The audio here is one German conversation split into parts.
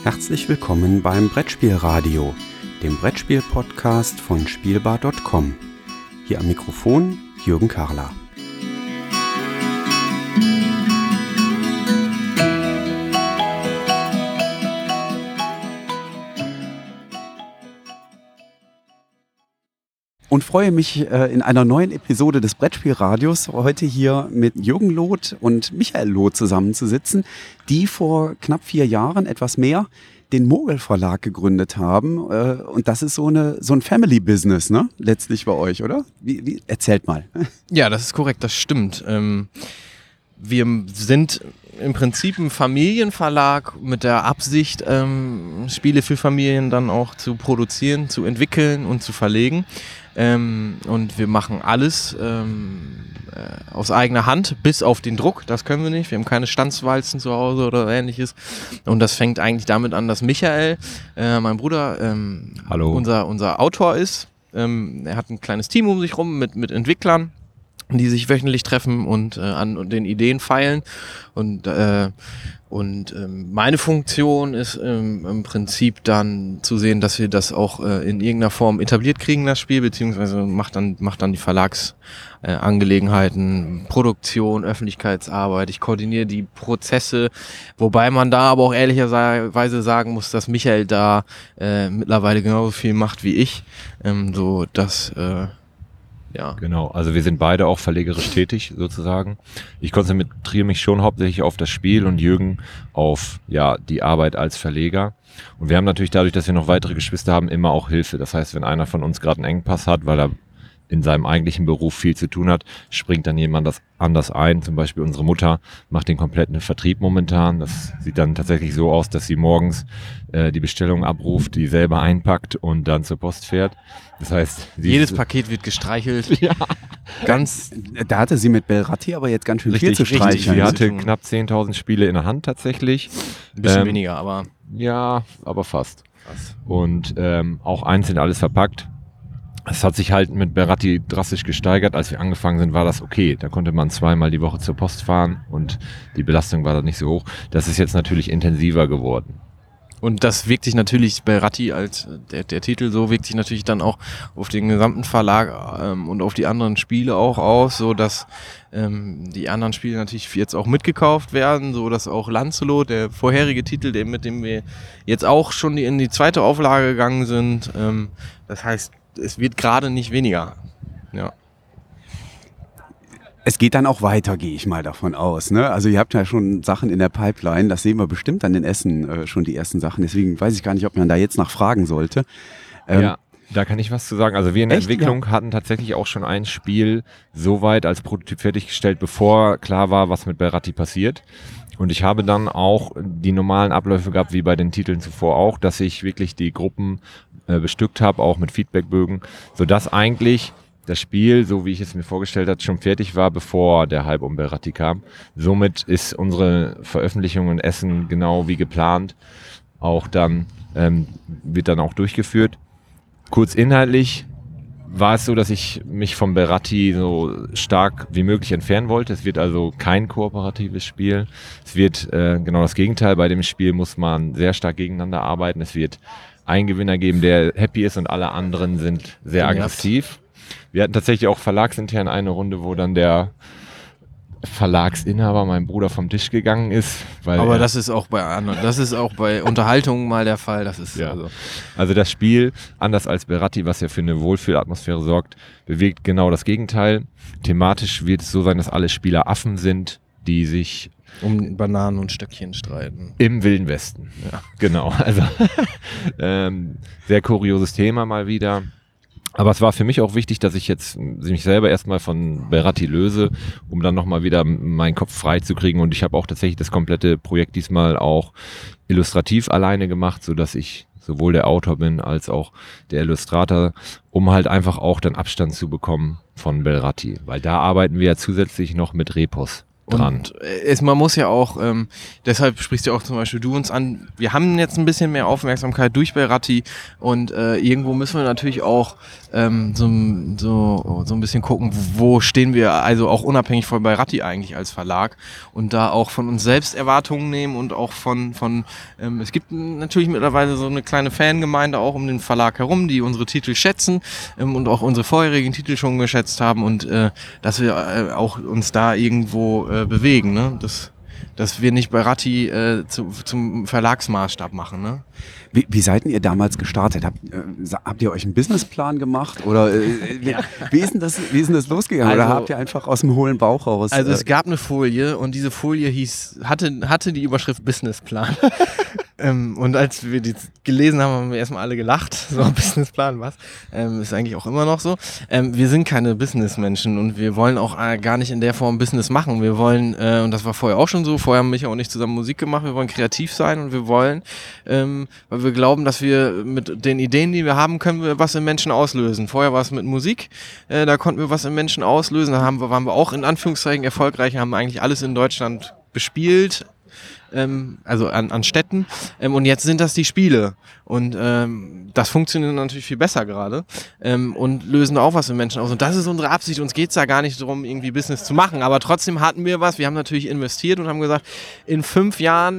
Herzlich willkommen beim Brettspielradio, dem Brettspiel-Podcast von Spielbar.com. Hier am Mikrofon Jürgen Karler. Und freue mich in einer neuen Episode des Brettspielradios heute hier mit Jürgen Loth und Michael Loth zusammenzusitzen, die vor knapp 4 Jahren, etwas mehr, den Mogel Verlag gegründet haben. Und das ist so ein Family-Business, ne? Letztlich bei euch, oder? Erzählt mal. Ja, das ist korrekt, das stimmt. Wir sind im Prinzip ein Familienverlag mit der Absicht, Spiele für Familien dann auch zu produzieren, zu entwickeln und zu verlegen. Und wir machen alles aus eigener Hand, bis auf den Druck, das können wir nicht. Wir haben keine Stanzwalzen zu Hause oder ähnliches. Und das fängt eigentlich damit an, dass Michael, mein Bruder, unser Autor ist. Er hat ein kleines Team um sich rum mit Entwicklern, die sich wöchentlich treffen und an den Ideen feilen. Und meine Funktion ist im Prinzip dann zu sehen, dass wir das auch in irgendeiner Form etabliert kriegen, das Spiel, beziehungsweise macht dann die Verlagsangelegenheiten, Produktion, Öffentlichkeitsarbeit. Ich koordiniere die Prozesse, wobei man da aber auch ehrlicherweise sagen muss, dass Michael da mittlerweile genauso viel macht wie ich, so dass ja. Genau, also wir sind beide auch verlegerisch tätig sozusagen. Ich konzentriere mich schon hauptsächlich auf das Spiel und Jürgen auf die Arbeit als Verleger. Und wir haben natürlich dadurch, dass wir noch weitere Geschwister haben, immer auch Hilfe. Das heißt, wenn einer von uns gerade einen Engpass hat, weil er in seinem eigentlichen Beruf viel zu tun hat, springt dann jemand das anders ein. Zum Beispiel unsere Mutter macht den kompletten Vertrieb momentan. Das sieht dann tatsächlich so aus, dass sie morgens die Bestellung abruft, die selber einpackt und dann zur Post fährt. Das heißt, jedes Paket wird gestreichelt. Ja. Da hatte sie mit Belratti aber jetzt ganz schön viel zu streicheln. Richtig. Sie hatte knapp 10.000 Spiele in der Hand tatsächlich. Ein bisschen weniger, aber... Ja, aber fast. Und auch einzeln alles verpackt. Es hat sich halt mit Belratti drastisch gesteigert. Als wir angefangen sind, war das okay. Da konnte man 2-mal die Woche zur Post fahren und die Belastung war dann nicht so hoch. Das ist jetzt natürlich intensiver geworden. Und das wirkt sich natürlich, Belratti als der Titel so, wirkt sich natürlich dann auch auf den gesamten Verlag und auf die anderen Spiele auch aus, so dass die anderen Spiele natürlich jetzt auch mitgekauft werden, so dass auch Lancelot, der vorherige Titel, mit dem wir jetzt auch schon in die zweite Auflage gegangen sind, das heißt, es wird gerade nicht weniger. Ja. Es geht dann auch weiter, gehe ich mal davon aus, ne? Also ihr habt ja schon Sachen in der Pipeline, das sehen wir bestimmt an den Essen schon die ersten Sachen. Deswegen weiß ich gar nicht, ob man da jetzt nachfragen sollte. Ja, da kann ich was zu sagen. Also wir in der Entwicklung hatten tatsächlich auch schon ein Spiel so weit als Prototyp fertiggestellt, bevor klar war, was mit Belratti passiert. Und ich habe dann auch die normalen Abläufe gehabt, wie bei den Titeln zuvor auch, dass ich wirklich die Gruppen bestückt habe, auch mit Feedbackbögen, sodass eigentlich das Spiel, so wie ich es mir vorgestellt habe, schon fertig war, bevor der Hype um Belratti kam. Somit ist unsere Veröffentlichung in Essen genau wie geplant auch dann, wird dann auch durchgeführt. Kurz inhaltlich war es so, dass ich mich vom Belratti so stark wie möglich entfernen wollte. Es wird also kein kooperatives Spiel. Es wird genau das Gegenteil. Bei dem Spiel muss man sehr stark gegeneinander arbeiten. Es wird einen Gewinner geben, der happy ist und alle anderen sind sehr aggressiv. Wir hatten tatsächlich auch verlagsintern eine Runde, wo dann der Verlagsinhaber, mein Bruder, vom Tisch gegangen ist. Aber das ist auch bei anderen, das ist auch bei Unterhaltungen mal der Fall. Das ist also das Spiel, anders als Belratti, was ja für eine Wohlfühlatmosphäre sorgt, bewegt genau das Gegenteil. Thematisch wird es so sein, dass alle Spieler Affen sind, die sich um Bananen und Stöckchen streiten. Im Wilden Westen. Ja, genau. Also sehr kurioses Thema mal wieder. Aber es war für mich auch wichtig, dass ich jetzt mich selber erstmal von Belratti löse, um dann nochmal wieder meinen Kopf frei zu kriegen. Und ich habe auch tatsächlich das komplette Projekt diesmal auch illustrativ alleine gemacht, sodass ich sowohl der Autor bin als auch der Illustrator, um halt einfach auch dann Abstand zu bekommen von Belratti. Weil da arbeiten wir ja zusätzlich noch mit Repos. dran. Und man muss ja auch, deshalb sprichst du auch zum Beispiel du uns an, wir haben jetzt ein bisschen mehr Aufmerksamkeit durch Berratti und irgendwo müssen wir natürlich auch so ein bisschen gucken, wo stehen wir, also auch unabhängig von Berratti eigentlich als Verlag und da auch von uns selbst Erwartungen nehmen und auch von es gibt natürlich mittlerweile so eine kleine Fangemeinde auch um den Verlag herum, die unsere Titel schätzen und auch unsere vorherigen Titel schon geschätzt haben und dass wir auch uns da irgendwo bewegen, ne? Dass wir nicht Berratti zum Verlagsmaßstab machen, ne? Wie seid denn ihr damals gestartet? Habt ihr euch einen Businessplan gemacht? Oder wie ist denn das losgegangen? Also, oder habt ihr einfach aus dem hohlen Bauch raus? Also es gab eine Folie und diese Folie hatte die Überschrift Businessplan. Und als wir die gelesen haben, haben wir erstmal alle gelacht. So, Businessplan, was? Ist eigentlich auch immer noch so. Wir sind keine Businessmenschen und wir wollen auch gar nicht in der Form Business machen. Wir wollen, und das war vorher auch schon so, vorher haben Micha und ich zusammen Musik gemacht, wir wollen kreativ sein und wir wollen, weil wir glauben, dass wir mit den Ideen, die wir haben, können wir was im Menschen auslösen. Vorher war es mit Musik, da konnten wir was im Menschen auslösen, da waren wir auch in Anführungszeichen erfolgreich, haben eigentlich alles in Deutschland bespielt, also an Städten, und jetzt sind das die Spiele und das funktioniert natürlich viel besser gerade und lösen auch was im Menschen aus und das ist unsere Absicht, uns geht es da gar nicht darum, irgendwie Business zu machen, aber trotzdem hatten wir was, wir haben natürlich investiert und haben gesagt, in 5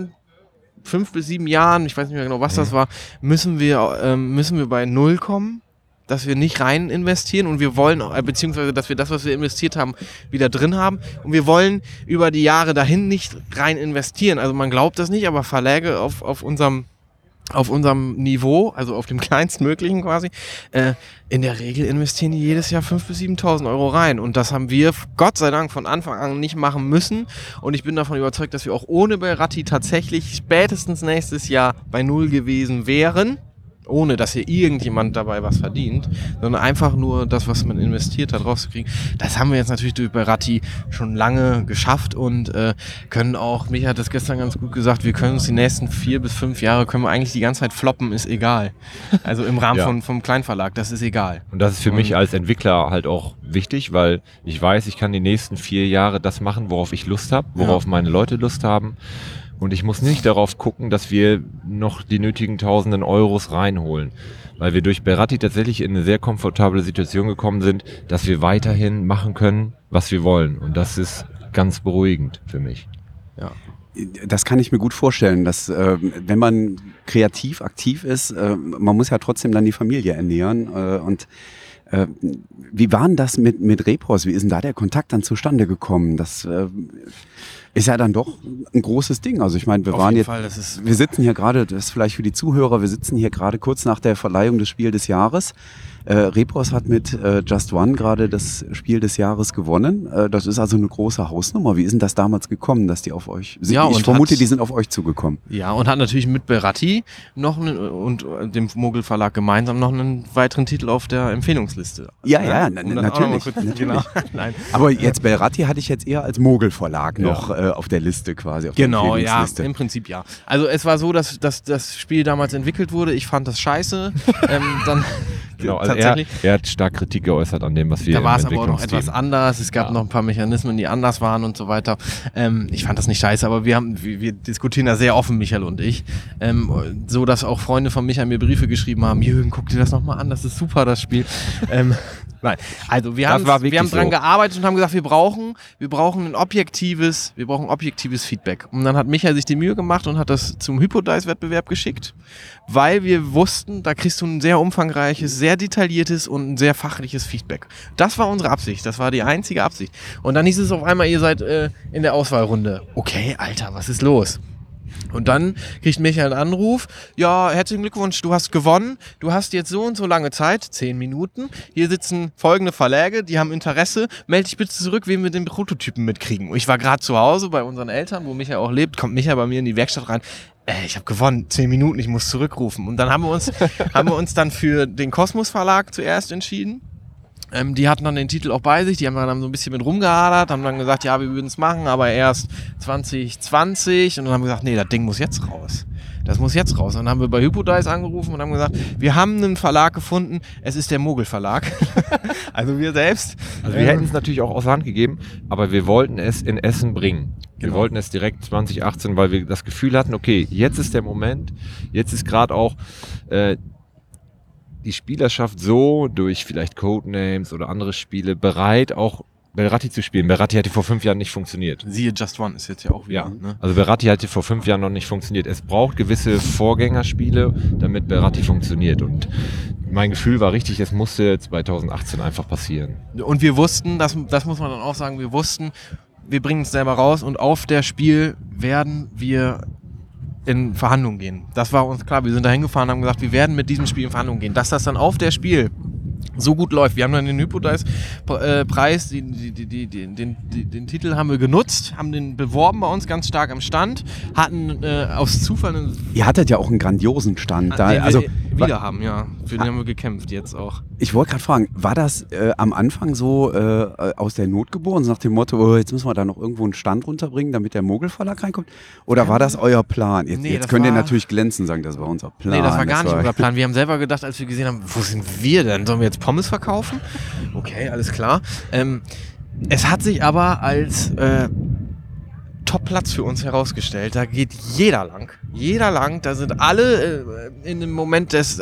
bis 7 Jahren, ich weiß nicht mehr genau, was das war, müssen wir bei 0 kommen, dass wir nicht rein investieren und wir wollen, beziehungsweise dass wir das, was wir investiert haben, wieder drin haben und wir wollen über die Jahre dahin nicht rein investieren. Also man glaubt das nicht, aber Verläge auf unserem Niveau, also auf dem kleinstmöglichen quasi, in der Regel investieren die jedes Jahr 5.000 bis 7.000 Euro rein und das haben wir Gott sei Dank von Anfang an nicht machen müssen und ich bin davon überzeugt, dass wir auch ohne Berratti tatsächlich spätestens nächstes Jahr bei 0 gewesen wären, ohne dass hier irgendjemand dabei was verdient, sondern einfach nur das, was man investiert hat, rauszukriegen. Das haben wir jetzt natürlich durch Berratti schon lange geschafft und können auch, Micha hat das gestern ganz gut gesagt, wir können uns die nächsten 4 bis 5 Jahre, können wir eigentlich die ganze Zeit floppen, ist egal. Also im Rahmen vom Kleinverlag, das ist egal. Und das ist für mich als Entwickler halt auch wichtig, weil ich weiß, ich kann die nächsten 4 Jahre das machen, worauf ich Lust habe, worauf meine Leute Lust haben. Und ich muss nicht darauf gucken, dass wir noch die nötigen tausenden Euros reinholen. Weil wir durch Berratti tatsächlich in eine sehr komfortable Situation gekommen sind, dass wir weiterhin machen können, was wir wollen. Und das ist ganz beruhigend für mich. Ja. Das kann ich mir gut vorstellen, dass wenn man kreativ aktiv ist, man muss ja trotzdem dann die Familie ernähren. Und wie war denn das mit Repros? Wie ist denn da der Kontakt dann zustande gekommen? Das ist ja dann doch ein großes Ding. Also ich meine, wir sitzen hier gerade, das ist vielleicht für die Zuhörer, wir sitzen hier gerade kurz nach der Verleihung des Spiel des Jahres. Repros hat mit Just One gerade das Spiel des Jahres gewonnen. Das ist also eine große Hausnummer. Wie ist denn das damals gekommen, dass die auf euch sind? Ja, ich vermute, die sind auf euch zugekommen. Ja, und hat natürlich mit Berratti und dem Mogel Verlag gemeinsam noch einen weiteren Titel auf der Empfehlungsliste. Natürlich. Genau. Nein. Aber jetzt Berratti hatte ich jetzt eher als Mogel Verlag noch auf der Liste quasi. Auf genau, der Empfehlungsliste. Ja, im Prinzip ja. Also es war so, dass das Spiel damals entwickelt wurde. Ich fand das scheiße. Dann genau, also er hat stark Kritik geäußert an dem, was wir da war es aber auch noch etwas anders. Es gab noch ein paar Mechanismen, die anders waren und so weiter. Ich fand das nicht scheiße, aber wir diskutieren da sehr offen, Michael und ich. So, dass auch Freunde von Michael mir Briefe geschrieben haben, Jürgen, guck dir das nochmal an, das ist super, das Spiel. Nein, also wir haben dran gearbeitet und haben gesagt, wir brauchen ein objektives Feedback. Und dann hat Michael sich die Mühe gemacht und hat das zum Hypodice-Wettbewerb geschickt, weil wir wussten, da kriegst du ein sehr umfangreiches, sehr detailliertes und ein sehr fachliches Feedback. Das war unsere Absicht, das war die einzige Absicht. Und dann hieß es auf einmal, ihr seid in der Auswahlrunde. Okay, Alter, was ist los? Und dann kriegt Michael einen Anruf, ja, herzlichen Glückwunsch, du hast gewonnen, du hast jetzt so und so lange Zeit, 10 Minuten, hier sitzen folgende Verläge, die haben Interesse, melde dich bitte zurück, wen wir den Prototypen mitkriegen. Und ich war gerade zu Hause bei unseren Eltern, wo Michael auch lebt, kommt Michael bei mir in die Werkstatt rein, ich habe gewonnen, 10 Minuten, ich muss zurückrufen. Und dann haben wir uns dann für den Kosmos Verlag zuerst entschieden. Die hatten dann den Titel auch bei sich, die haben dann so ein bisschen mit rumgehadert, haben dann gesagt, ja, wir würden es machen, aber erst 2020 und dann haben wir gesagt, nee, das Ding muss jetzt raus. das muss jetzt raus. Und dann haben wir bei Hypodice angerufen und haben gesagt, wir haben einen Verlag gefunden, es ist der Mogel-Verlag. Also wir selbst. Also wir hätten es natürlich auch aus der Hand gegeben, aber wir wollten es in Essen bringen. Wir Genau. wollten es direkt 2018, weil wir das Gefühl hatten, okay, jetzt ist der Moment, jetzt ist gerade auch die Spielerschaft so durch vielleicht Codenames oder andere Spiele bereit, auch Belratti zu spielen. Belratti hatte vor 5 Jahren nicht funktioniert. Siehe Just One ist jetzt ja auch wieder. Ja, Ne? also Belratti hatte vor 5 Jahren noch nicht funktioniert. Es braucht gewisse Vorgängerspiele, damit Belratti funktioniert. Und mein Gefühl war richtig, es musste 2018 einfach passieren. Und wir wussten, das muss man dann auch sagen, wir wussten, wir bringen es selber raus und auf der Spiel werden wir in Verhandlungen gehen. Das war uns klar. Wir sind da hingefahren und haben gesagt, wir werden mit diesem Spiel in Verhandlungen gehen. Dass das dann auf der Spiel so gut läuft. Wir haben dann den Hypodice-Preis, den Titel haben wir genutzt, haben den beworben bei uns ganz stark am Stand, hatten aus Zufall einen... Ihr hattet ja auch einen grandiosen Stand. Da, den also, wir wieder haben, ja. Für den haben wir gekämpft jetzt auch. ich wollte gerade fragen, war das am Anfang so aus der Not geboren, so nach dem Motto, oh, jetzt müssen wir da noch irgendwo einen Stand runterbringen, damit der Mogel-Verlag reinkommt? Oder war das euer Plan? Jetzt könnt ihr natürlich glänzend sagen, das war unser Plan. Nee, das war gar nicht unser Plan. Wir haben selber gedacht, als wir gesehen haben, wo sind wir denn? Sollen wir jetzt Pommes verkaufen? Okay, alles klar. Es hat sich aber als Top-Platz für uns herausgestellt. Da geht jeder lang. Jeder lang. Da sind alle in dem Moment der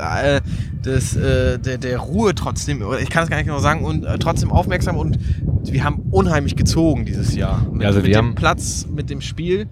Ruhe trotzdem, ich kann es gar nicht genau sagen, und trotzdem aufmerksam, und wir haben unheimlich gezogen dieses Jahr. Also mit dem Platz, mit dem Spiel.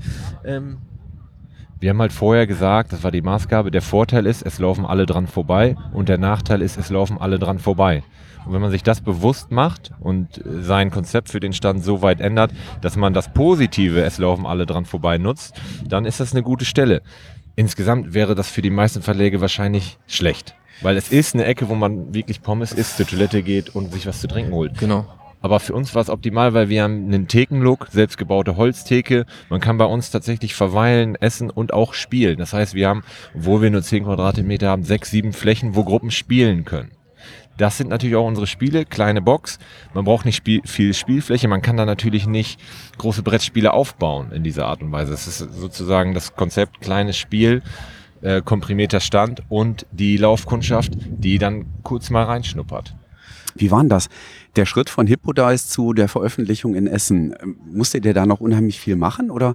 Wir haben halt vorher gesagt, das war die Maßgabe, der Vorteil ist, es laufen alle dran vorbei, und der Nachteil ist, es laufen alle dran vorbei. Und wenn man sich das bewusst macht und sein Konzept für den Stand so weit ändert, dass man das Positive, es laufen alle dran vorbei, nutzt, dann ist das eine gute Stelle. Insgesamt wäre das für die meisten Verlage wahrscheinlich schlecht, weil es ist eine Ecke, wo man wirklich Pommes isst, zur Toilette geht und sich was zu trinken holt. Genau. Aber für uns war es optimal, weil wir haben einen Thekenlook, selbstgebaute Holztheke. Man kann bei uns tatsächlich verweilen, essen und auch spielen. Das heißt, wir haben, obwohl wir nur 10 Quadratmeter haben, 6, 7 Flächen, wo Gruppen spielen können. Das sind natürlich auch unsere Spiele, kleine Box. Man braucht nicht viel Spielfläche. Man kann da natürlich nicht große Brettspiele aufbauen in dieser Art und Weise. Es ist sozusagen das Konzept, kleines Spiel, komprimierter Stand und die Laufkundschaft, die dann kurz mal reinschnuppert. Wie war denn das? Der Schritt von Hypodice zu der Veröffentlichung in Essen, musstet ihr da noch unheimlich viel machen oder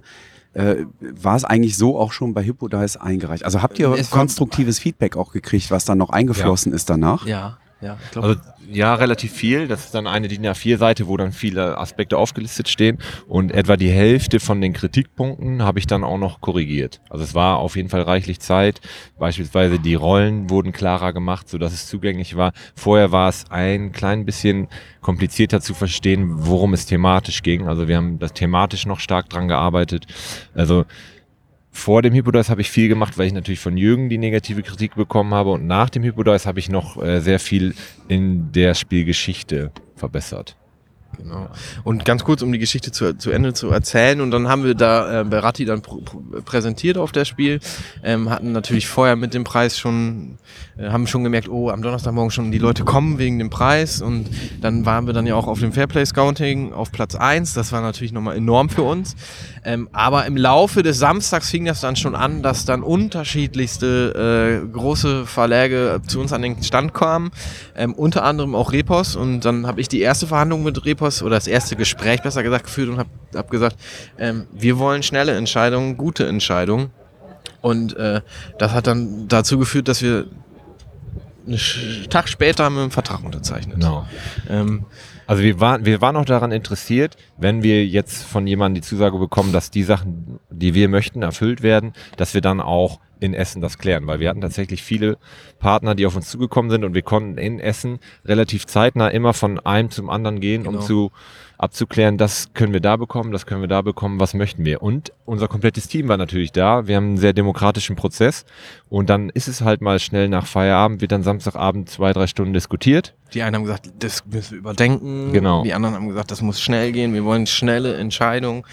war es eigentlich so auch schon bei Hypodice eingereicht? Also habt ihr konstruktives Feedback auch gekriegt, was dann noch eingeflossen ist danach? Ja, ich glaube. Also ja, relativ viel. Das ist dann eine DIN A4-Seite, wo dann viele Aspekte aufgelistet stehen, und etwa die Hälfte von den Kritikpunkten habe ich dann auch noch korrigiert. Also es war auf jeden Fall reichlich Zeit. Beispielsweise die Rollen wurden klarer gemacht, sodass es zugänglich war. Vorher war es ein klein bisschen komplizierter zu verstehen, worum es thematisch ging. Also wir haben das thematisch noch stark dran gearbeitet. Also vor dem Hypodice habe ich viel gemacht, weil ich natürlich von Jürgen die negative Kritik bekommen habe, und nach dem Hypodice habe ich noch sehr viel in der Spielgeschichte verbessert. Genau. Und ganz kurz, um die Geschichte zu Ende zu erzählen, und dann haben wir da Belratti dann präsentiert auf das Spiel, hatten natürlich vorher mit dem Preis schon, haben schon gemerkt, oh, am Donnerstagmorgen schon die Leute kommen wegen dem Preis, und dann waren wir dann ja auch auf dem Fairplay Scouting auf Platz 1, das war natürlich nochmal enorm für uns, aber im Laufe des Samstags fing das dann schon an, dass dann unterschiedlichste große Verlage zu uns an den Stand kamen, unter anderem auch Repos, und dann habe ich die erste Verhandlung mit Repos, oder das erste Gespräch besser gesagt geführt, und hab gesagt, wir wollen schnelle Entscheidungen, gute Entscheidungen, und das hat dann dazu geführt, dass wir einen Tag später haben wir einen Vertrag unterzeichnet. Genau. Also wir waren auch daran interessiert, wenn wir jetzt von jemandem die Zusage bekommen, dass die Sachen, die wir möchten, erfüllt werden, dass wir dann auch in Essen das klären, weil wir hatten tatsächlich viele Partner, die auf uns zugekommen sind, und wir konnten in Essen relativ zeitnah immer von einem zum anderen gehen, genau, um abzuklären, das können wir da bekommen, das können wir da bekommen, was möchten wir. Und unser komplettes Team war natürlich da. Wir haben einen sehr demokratischen Prozess, und dann ist es halt mal schnell nach Feierabend, wird dann Samstagabend 2-3 Stunden diskutiert. Die einen haben gesagt, das müssen wir überdenken. Genau. Die anderen haben gesagt, das muss schnell gehen, wir wollen schnelle Entscheidungen.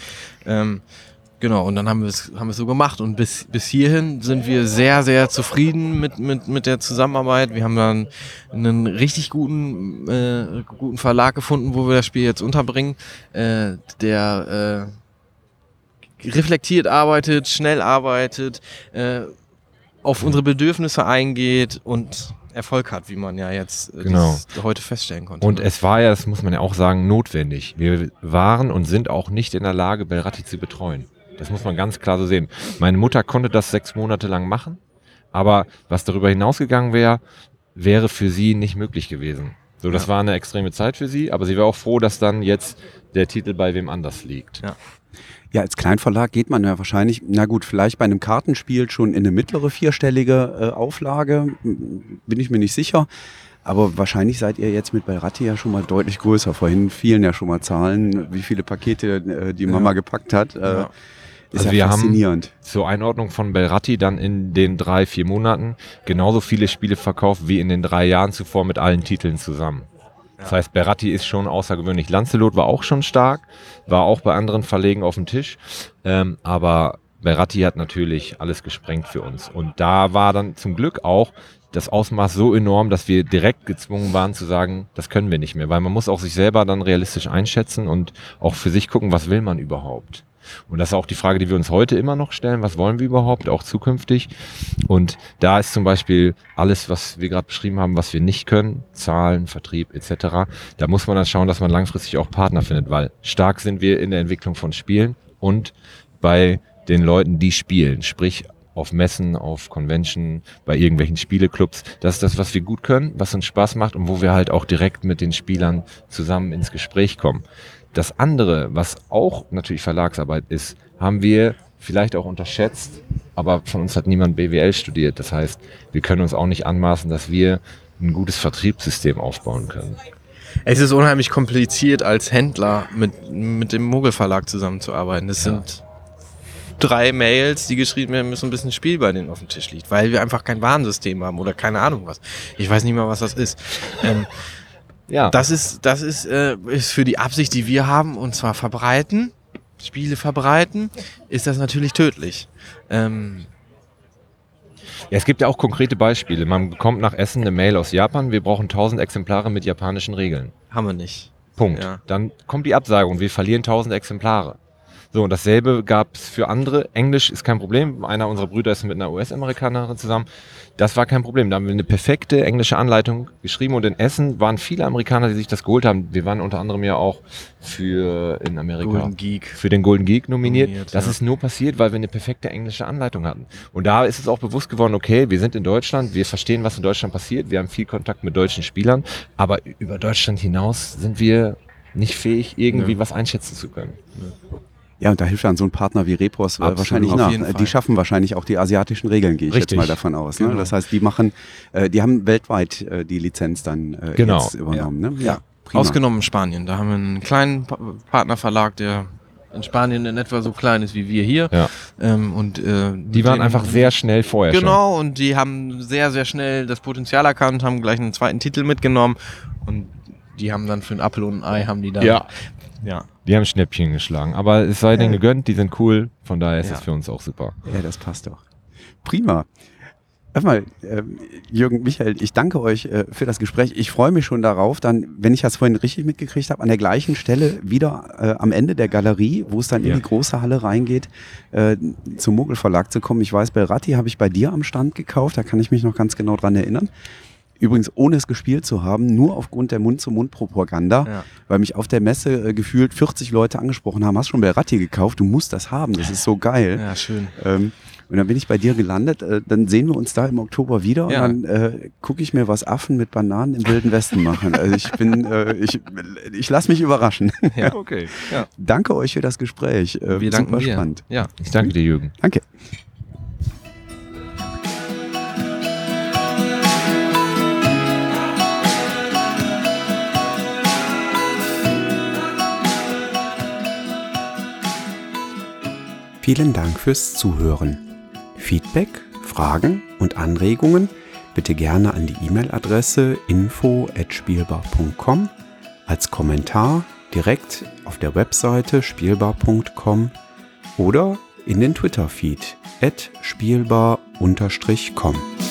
Genau, und dann haben wir es so gemacht, und bis hierhin sind wir sehr, sehr zufrieden mit der Zusammenarbeit. Wir haben dann einen richtig guten Verlag gefunden, wo wir das Spiel jetzt unterbringen, der reflektiert arbeitet, schnell arbeitet, auf unsere Bedürfnisse eingeht und Erfolg hat, wie man ja jetzt heute feststellen konnte. Und es war ja, das muss man ja auch sagen, notwendig. Wir waren und sind auch nicht in der Lage, Belratti zu betreuen. Das muss man ganz klar so sehen. Meine Mutter konnte das 6 Monate lang machen, aber was darüber hinausgegangen wäre für sie nicht möglich gewesen. So, das war eine extreme Zeit für sie, aber sie war auch froh, dass dann jetzt der Titel bei wem anders liegt. Ja, als Kleinverlag geht man ja wahrscheinlich, na gut, vielleicht bei einem Kartenspiel schon in eine mittlere 4-stellige Auflage, bin ich mir nicht sicher. Aber wahrscheinlich seid ihr jetzt mit Belratti ja schon mal deutlich größer. Vorhin fielen ja schon mal Zahlen, wie viele Pakete die Mama gepackt hat. Ist also ja wir faszinierend. haben zur Einordnung von Belratti dann in den 3-4 Monaten genauso viele Spiele verkauft wie in den 3 Jahren zuvor mit allen Titeln zusammen. Das heißt, Belratti ist schon außergewöhnlich. Lancelot war auch schon stark, war auch bei anderen Verlegen auf dem Tisch, aber Belratti hat natürlich alles gesprengt für uns. Und da war dann zum Glück auch das Ausmaß so enorm, dass wir direkt gezwungen waren zu sagen, das können wir nicht mehr, weil man muss auch sich selber dann realistisch einschätzen und auch für sich gucken, was will man überhaupt. Und das ist auch die Frage, die wir uns heute immer noch stellen, was wollen wir überhaupt, auch zukünftig. Und da ist zum Beispiel alles, was wir gerade beschrieben haben, was wir nicht können, Zahlen, Vertrieb etc., da muss man dann schauen, dass man langfristig auch Partner findet, weil stark sind wir in der Entwicklung von Spielen und bei den Leuten, die spielen, sprich auf Messen, auf Convention, bei irgendwelchen Spieleclubs. Das ist das, was wir gut können, was uns Spaß macht und wo wir halt auch direkt mit den Spielern zusammen ins Gespräch kommen. Das andere, was auch natürlich Verlagsarbeit ist, haben wir vielleicht auch unterschätzt, aber von uns hat niemand BWL studiert. Das heißt, wir können uns auch nicht anmaßen, dass wir ein gutes Vertriebssystem aufbauen können. Es ist unheimlich kompliziert, als Händler mit dem Mogel-Verlag zusammenzuarbeiten. Das sind 3 Mails, die geschrieben werden müssen, bis ein Spiel bei denen auf dem Tisch liegt, weil wir einfach kein Warensystem haben oder keine Ahnung was. Ich weiß nicht mal, was das ist. Das ist für die Absicht, die wir haben, und zwar Spiele verbreiten, ist das natürlich tödlich. Ja, es gibt ja auch konkrete Beispiele. Man bekommt nach Essen eine Mail aus Japan, wir brauchen 1000 Exemplare mit japanischen Regeln. Haben wir nicht. Punkt. Ja. Dann kommt die Absage und wir verlieren 1000 Exemplare. So, und dasselbe gab es für andere. Englisch ist kein Problem. Einer unserer Brüder ist mit einer US-Amerikanerin zusammen. Das war kein Problem. Da haben wir eine perfekte englische Anleitung geschrieben und in Essen waren viele Amerikaner, die sich das geholt haben. Wir waren unter anderem ja auch in Amerika für den Golden Geek nominiert. Das ist nur passiert, weil wir eine perfekte englische Anleitung hatten. Und da ist es auch bewusst geworden, okay, wir sind in Deutschland, wir verstehen, was in Deutschland passiert, wir haben viel Kontakt mit deutschen Spielern, aber über Deutschland hinaus sind wir nicht fähig, irgendwie was einschätzen zu können. Ja, und da hilft dann so ein Partner wie Repos wahrscheinlich nach. Die schaffen wahrscheinlich auch die asiatischen Regeln, gehe ich jetzt mal davon aus. Ne? Genau. Das heißt, die haben weltweit die Lizenz dann jetzt übernommen. Ja. Ne? Ja, prima. Ausgenommen Spanien. Da haben wir einen kleinen Partnerverlag, der in Spanien in etwa so klein ist wie wir hier. Ja. Die waren einfach sehr schnell vorher schon. Genau, und die haben sehr, sehr schnell das Potenzial erkannt, haben gleich einen zweiten Titel mitgenommen und die haben dann für ein Apfel und ein Ei haben die dann... Ja. Die haben Schnäppchen geschlagen, aber es sei denen gegönnt, die sind cool, von daher ist es für uns auch super. Ja, das passt doch. Prima. Erstmal, Jürgen, Michael, ich danke euch für das Gespräch. Ich freue mich schon darauf, dann, wenn ich das vorhin richtig mitgekriegt habe, an der gleichen Stelle wieder am Ende der Galerie, wo es dann in die große Halle reingeht, zum Mogel Verlag zu kommen. Ich weiß, Belratti habe ich bei dir am Stand gekauft, da kann ich mich noch ganz genau dran erinnern. Übrigens, ohne es gespielt zu haben, nur aufgrund der Mund-zu-Mund-Propaganda, weil mich auf der Messe gefühlt 40 Leute angesprochen haben, hast schon Belratti gekauft, du musst das haben, das ist so geil. Ja, schön. Und dann bin ich bei dir gelandet, dann sehen wir uns da im Oktober wieder und dann gucke ich mir, was Affen mit Bananen im Wilden Westen machen. Also ich lasse mich überraschen. Ja, okay. Ja. Danke euch für das Gespräch. Wir danken dir. Spannend. Ja. Ich danke dir, Jürgen. Danke. Vielen Dank fürs Zuhören. Feedback, Fragen und Anregungen bitte gerne an die E-Mail-Adresse info@spielbar.com, als Kommentar direkt auf der Webseite spielbar.com oder in den Twitter-Feed @spielbar_com.